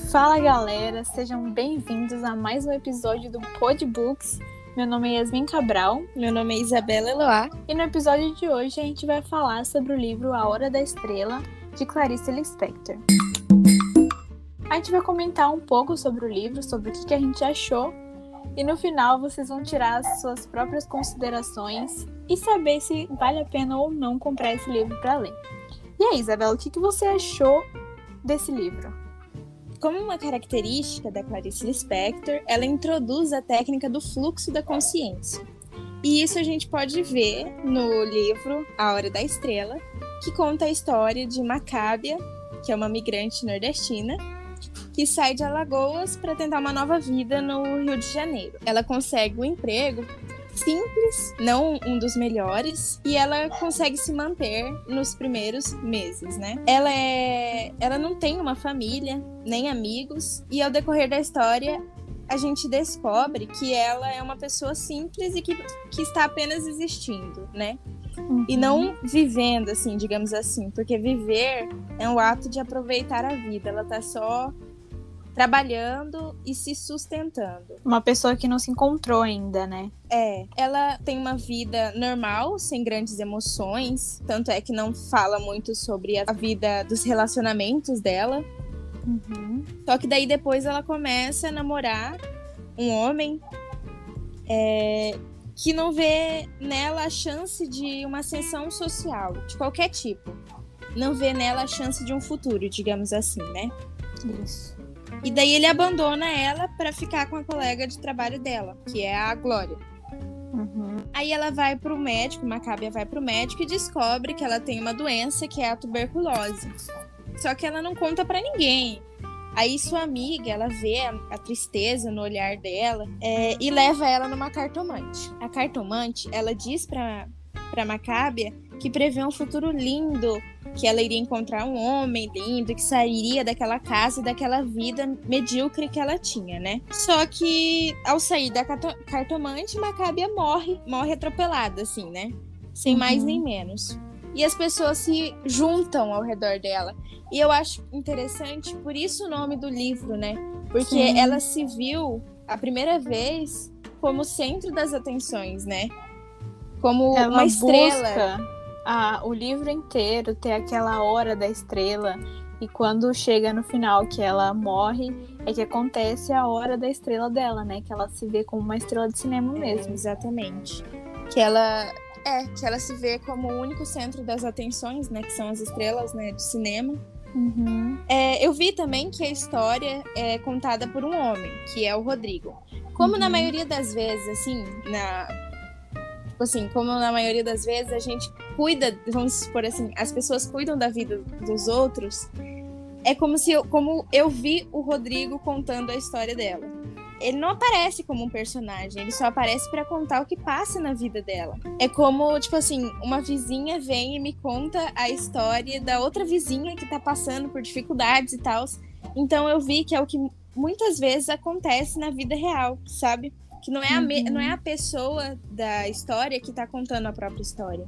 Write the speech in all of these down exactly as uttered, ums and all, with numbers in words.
Fala galera, sejam bem-vindos a mais um episódio do Podbooks. Meu nome é Yasmin Cabral. Meu nome é Isabela Eloá. E no episódio de hoje a gente vai falar sobre o livro A Hora da Estrela, de Clarice Lispector. A gente vai comentar um pouco sobre o livro, sobre o que a gente achou. E no final vocês vão tirar as suas próprias considerações e saber se vale a pena ou não comprar esse livro para ler. E aí, Isabela, o que você achou desse livro? Como uma característica da Clarice Lispector, ela introduz a técnica do fluxo da consciência. E isso a gente pode ver no livro A Hora da Estrela, que conta a história de Macábia, que é uma migrante nordestina, que sai de Alagoas para tentar uma nova vida no Rio de Janeiro. Ela consegue um emprego simples, não um dos melhores, e ela consegue se manter nos primeiros meses, né? Ela é, ela não tem uma família, nem amigos, e ao decorrer da história a gente descobre que ela é uma pessoa simples e que, que está apenas existindo, né? Uhum. E não vivendo, assim, digamos assim, porque viver é um ato de aproveitar a vida, ela tá só trabalhando e se sustentando. Uma pessoa que não se encontrou ainda, né? É, ela tem uma vida normal, sem grandes emoções, tanto é que não fala muito sobre a vida dos relacionamentos dela. Uhum. Só que daí depois ela começa a namorar um homem é, que não vê nela a chance de uma ascensão social, de qualquer tipo. Não vê nela a chance de um futuro, digamos assim, né? Isso. E daí ele abandona ela pra ficar com a colega de trabalho dela, que é a Glória. Uhum. Aí ela vai pro médico, Macábia vai pro médico e descobre que ela tem uma doença que é a tuberculose. Só que ela não conta pra ninguém. Aí sua amiga, ela vê a, a tristeza no olhar dela é, e leva ela numa cartomante. A cartomante, ela diz pra, pra Macábia que prevê um futuro lindo, que ela iria encontrar um homem lindo, que sairia daquela casa e daquela vida medíocre que ela tinha, né? Só que ao sair da cartomante, Macábia morre, morre atropelada, assim, né? Sem uhum. mais nem menos. E as pessoas se juntam ao redor dela. E eu acho interessante, por isso o nome do livro, né? Porque Sim. ela se viu, a primeira vez, como centro das atenções, né? Como ela uma estrela. Busca a, o livro inteiro ter aquela hora da estrela. E quando chega no final que ela morre, é que acontece a hora da estrela dela, né? Que ela se vê como uma estrela de cinema mesmo. É, exatamente. Que ela... É, que ela se vê como o único centro das atenções, né? Que são as estrelas, né? De cinema. Uhum. É, eu vi também que a história é contada por um homem, que é o Rodrigo. Como uhum. na maioria das vezes, assim, na... Tipo assim, como na maioria das vezes a gente cuida, vamos supor assim, as pessoas cuidam da vida dos outros, é como se eu, como eu vi o Rodrigo contando a história dela. Ele não aparece como um personagem, ele só aparece pra contar o que passa na vida dela. É como, tipo assim, uma vizinha vem e me conta a história da outra vizinha que tá passando por dificuldades e tal. Então eu vi que é o que muitas vezes acontece na vida real, sabe? Que não é, a me- uhum. não é a pessoa da história que tá contando a própria história.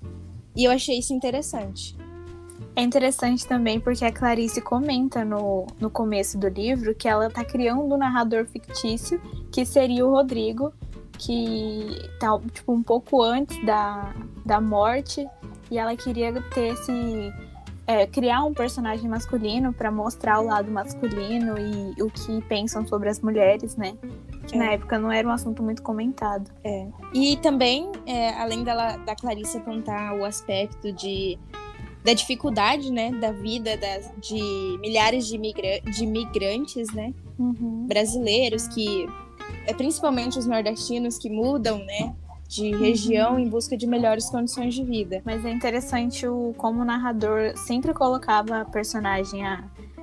E eu achei isso interessante. É interessante também porque a Clarice comenta no, no começo do livro que ela tá criando um narrador fictício, que seria o Rodrigo, que tá tipo, um pouco antes da, da morte, e ela queria ter esse... É, criar um personagem masculino para mostrar o lado masculino e o que pensam sobre as mulheres, né? Que é. na época não era um assunto muito comentado. É. E também, é, além dela, da Clarice apontar o aspecto de, da dificuldade, né, da vida das, de milhares de, migra- de migrantes, né, uhum. brasileiros, que é principalmente os nordestinos que mudam, né, de região uhum. em busca de melhores condições de vida. Mas é interessante o, como o narrador sempre colocava a personagem, a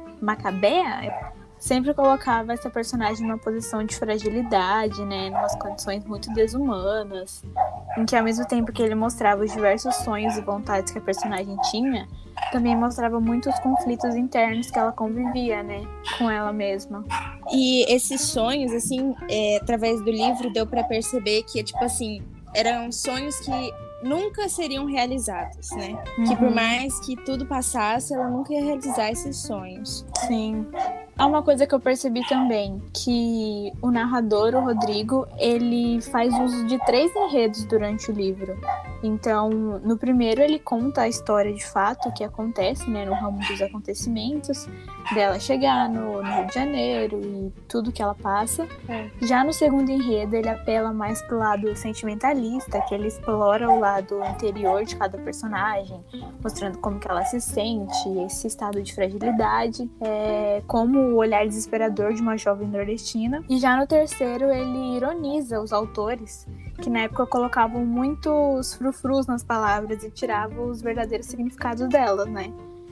Macabea, sempre colocava essa personagem numa posição de fragilidade, né, em umas condições muito desumanas, em que ao mesmo tempo que ele mostrava os diversos sonhos e vontades que a personagem tinha, também mostrava muitos conflitos internos que ela convivia, né, com ela mesma. E esses sonhos, assim, é, através do livro deu pra perceber que, tipo assim, eram sonhos que nunca seriam realizados, né? Uhum. Que por mais que tudo passasse, ela nunca ia realizar esses sonhos. Sim. Há uma coisa que eu percebi também, que o narrador, o Rodrigo, ele faz uso de três enredos durante o livro. Então, no primeiro ele conta a história de fato que acontece, né, no ramo dos acontecimentos, dela chegar no, no Rio de Janeiro e tudo que ela passa. É. Já no segundo enredo ele apela mais pro lado sentimentalista, que ele explora o lado interior de cada personagem, mostrando como que ela se sente, esse estado de fragilidade, é, como o olhar desesperador de uma jovem nordestina. E já no terceiro ele ironiza os autores, que na época colocavam muitos frufrus nas palavras e tiravam os verdadeiros significados delas, né?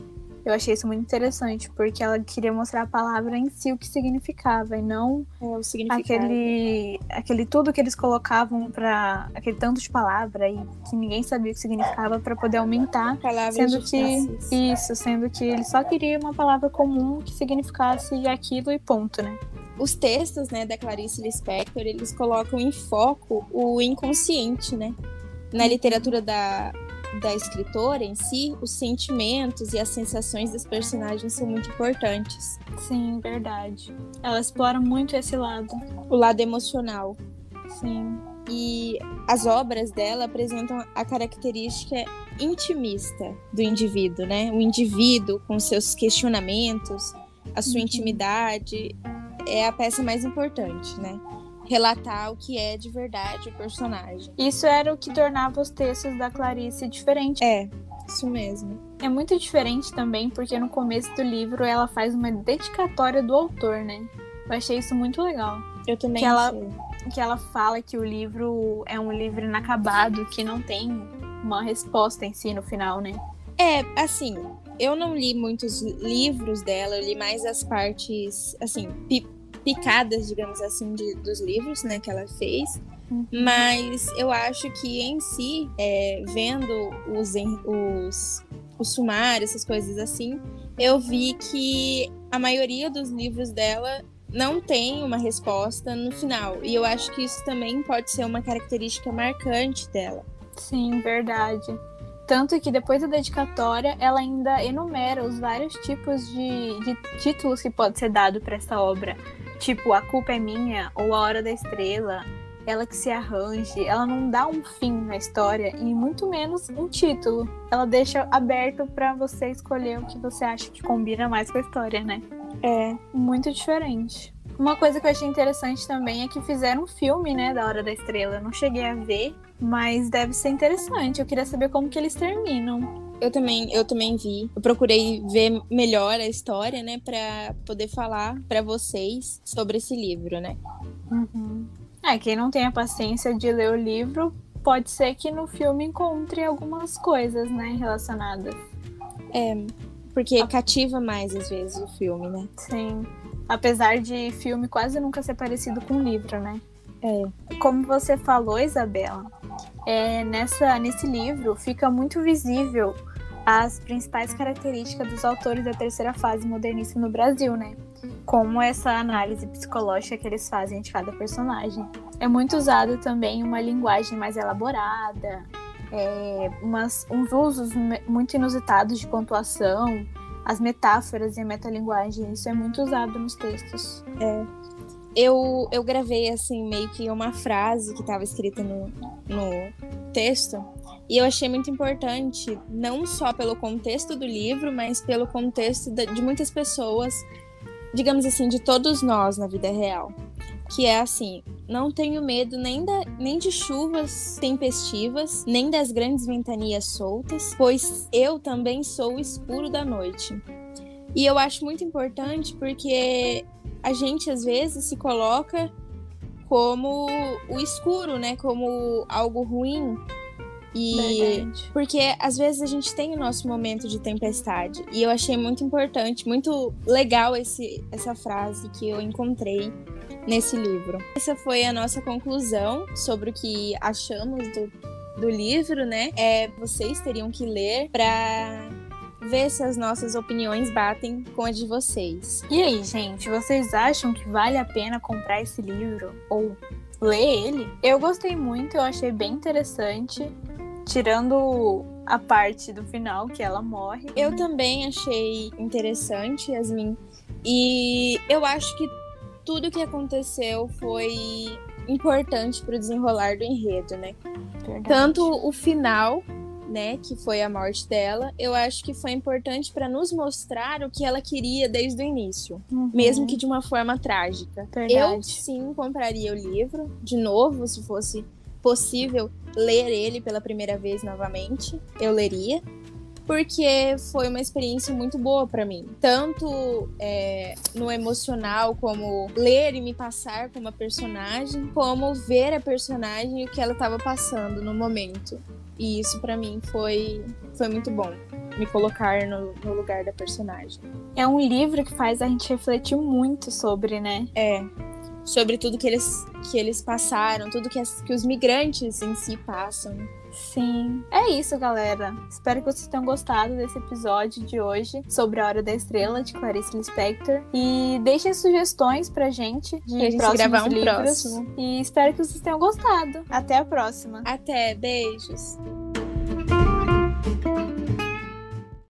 Eu achei isso muito interessante, porque ela queria mostrar a palavra em si, o que significava, e não É, o significado. aquele, aquele tudo que eles colocavam para aquele tanto de palavra e que ninguém sabia o que significava para poder aumentar, Palavras sendo que difíceis. isso, sendo que ele só queria uma palavra comum que significasse aquilo e ponto, né? Os textos, né, da Clarice Lispector, eles colocam em foco o inconsciente, né? Na literatura da, da escritora em si, os sentimentos e as sensações dos personagens são muito importantes. Sim, verdade. Ela explora muito esse lado. O lado emocional. Sim. E as obras dela apresentam a característica intimista do indivíduo, né? O indivíduo com seus questionamentos, a sua Uhum. intimidade, é a peça mais importante, né? Relatar o que é de verdade o personagem. Isso era o que tornava os textos da Clarice diferentes. É, isso mesmo. É muito diferente também porque no começo do livro ela faz uma dedicatória do autor, né? Eu achei isso muito legal. Eu também Que ela- achei. Que ela fala que o livro é um livro inacabado, que não tem uma resposta em si no final, né? É, assim, eu não li muitos livros dela, eu li mais as partes, assim, pi- picadas, digamos assim, de, dos livros, né, que ela fez. Uhum. Mas eu acho que em si, é, vendo os, en- os, os sumários, essas coisas assim, eu vi que a maioria dos livros dela não tem uma resposta no final. E eu acho que isso também pode ser uma característica marcante dela. Sim, verdade. Tanto que depois da dedicatória, ela ainda enumera os vários tipos de, de títulos que pode ser dado para essa obra. Tipo, A Culpa é Minha, ou A Hora da Estrela, Ela que se arranje. Ela não dá um fim na história e muito menos um título. Ela deixa aberto para você escolher o que você acha que combina mais com a história, né? É, Muito diferente. Uma coisa que eu achei interessante também é que fizeram um filme, né, da Hora da Estrela. Eu não cheguei a ver, mas deve ser interessante. Eu queria saber como que eles terminam. eu também, eu também vi. Eu procurei ver melhor a história, né, pra poder falar pra vocês sobre esse livro, né? Uhum. É, quem não tem a paciência de ler o livro, pode ser que no filme encontre algumas coisas, né, relacionadas. Porque cativa mais, às vezes, o filme, né? Sim. Apesar de filme quase nunca ser parecido com o livro, né? É. Como você falou, Isabela, é, nessa, nesse livro fica muito visível as principais características dos autores da terceira fase modernista no Brasil, né? Como essa análise psicológica que eles fazem de cada personagem. É muito usado também uma linguagem mais elaborada, é, umas, uns usos me- muito inusitados de pontuação, as metáforas e a metalinguagem. Isso é muito usado nos textos. Eu, eu gravei, assim, meio que uma frase que estava escrita no, no texto. E eu achei muito importante, não só pelo contexto do livro, mas pelo contexto da- de muitas pessoas, digamos assim, de todos nós na vida real. Que é assim: não tenho medo nem, da, nem de chuvas tempestivas, nem das grandes ventanias soltas, pois eu também sou o escuro da noite. E eu acho muito importante porque a gente, às vezes, se coloca como o escuro, né? Como algo ruim. E Verdade. porque às vezes a gente tem o nosso momento de tempestade. E eu achei muito importante, muito legal esse, essa frase que eu encontrei nesse livro. Essa foi a nossa conclusão sobre o que achamos do, do livro, né? É, vocês teriam que ler para ver se as nossas opiniões batem com a de vocês. E aí, gente, vocês acham que vale a pena comprar esse livro ou ler ele? Eu gostei muito, eu achei bem interessante, tirando a parte do final que ela morre. Eu também achei interessante, Yasmin. E eu acho que tudo que aconteceu foi importante pro desenrolar do enredo, né? Verdade. Tanto o final, né, que foi a morte dela, eu acho que foi importante para nos mostrar o que ela queria desde o início, Uhum. mesmo que de uma forma trágica. Verdade. Eu sim compraria o livro de novo, se fosse possível ler ele pela primeira vez novamente, eu leria, porque foi uma experiência muito boa para mim, tanto é, no emocional, como ler e me passar como a personagem, como ver a personagem e o que ela estava passando no momento. E isso para mim foi, foi muito bom, me colocar no, no lugar da personagem. É um livro que faz a gente refletir muito sobre, né? É, sobre tudo que eles, que eles passaram, tudo que, as, que os migrantes em si passam. Sim. É isso, galera. Espero que vocês tenham gostado desse episódio de hoje sobre A Hora da Estrela, de Clarice Lispector. E deixem sugestões pra gente de E a gente próximos gravar um livros. próximo. E espero que vocês tenham gostado. Até a próxima. Até, beijos!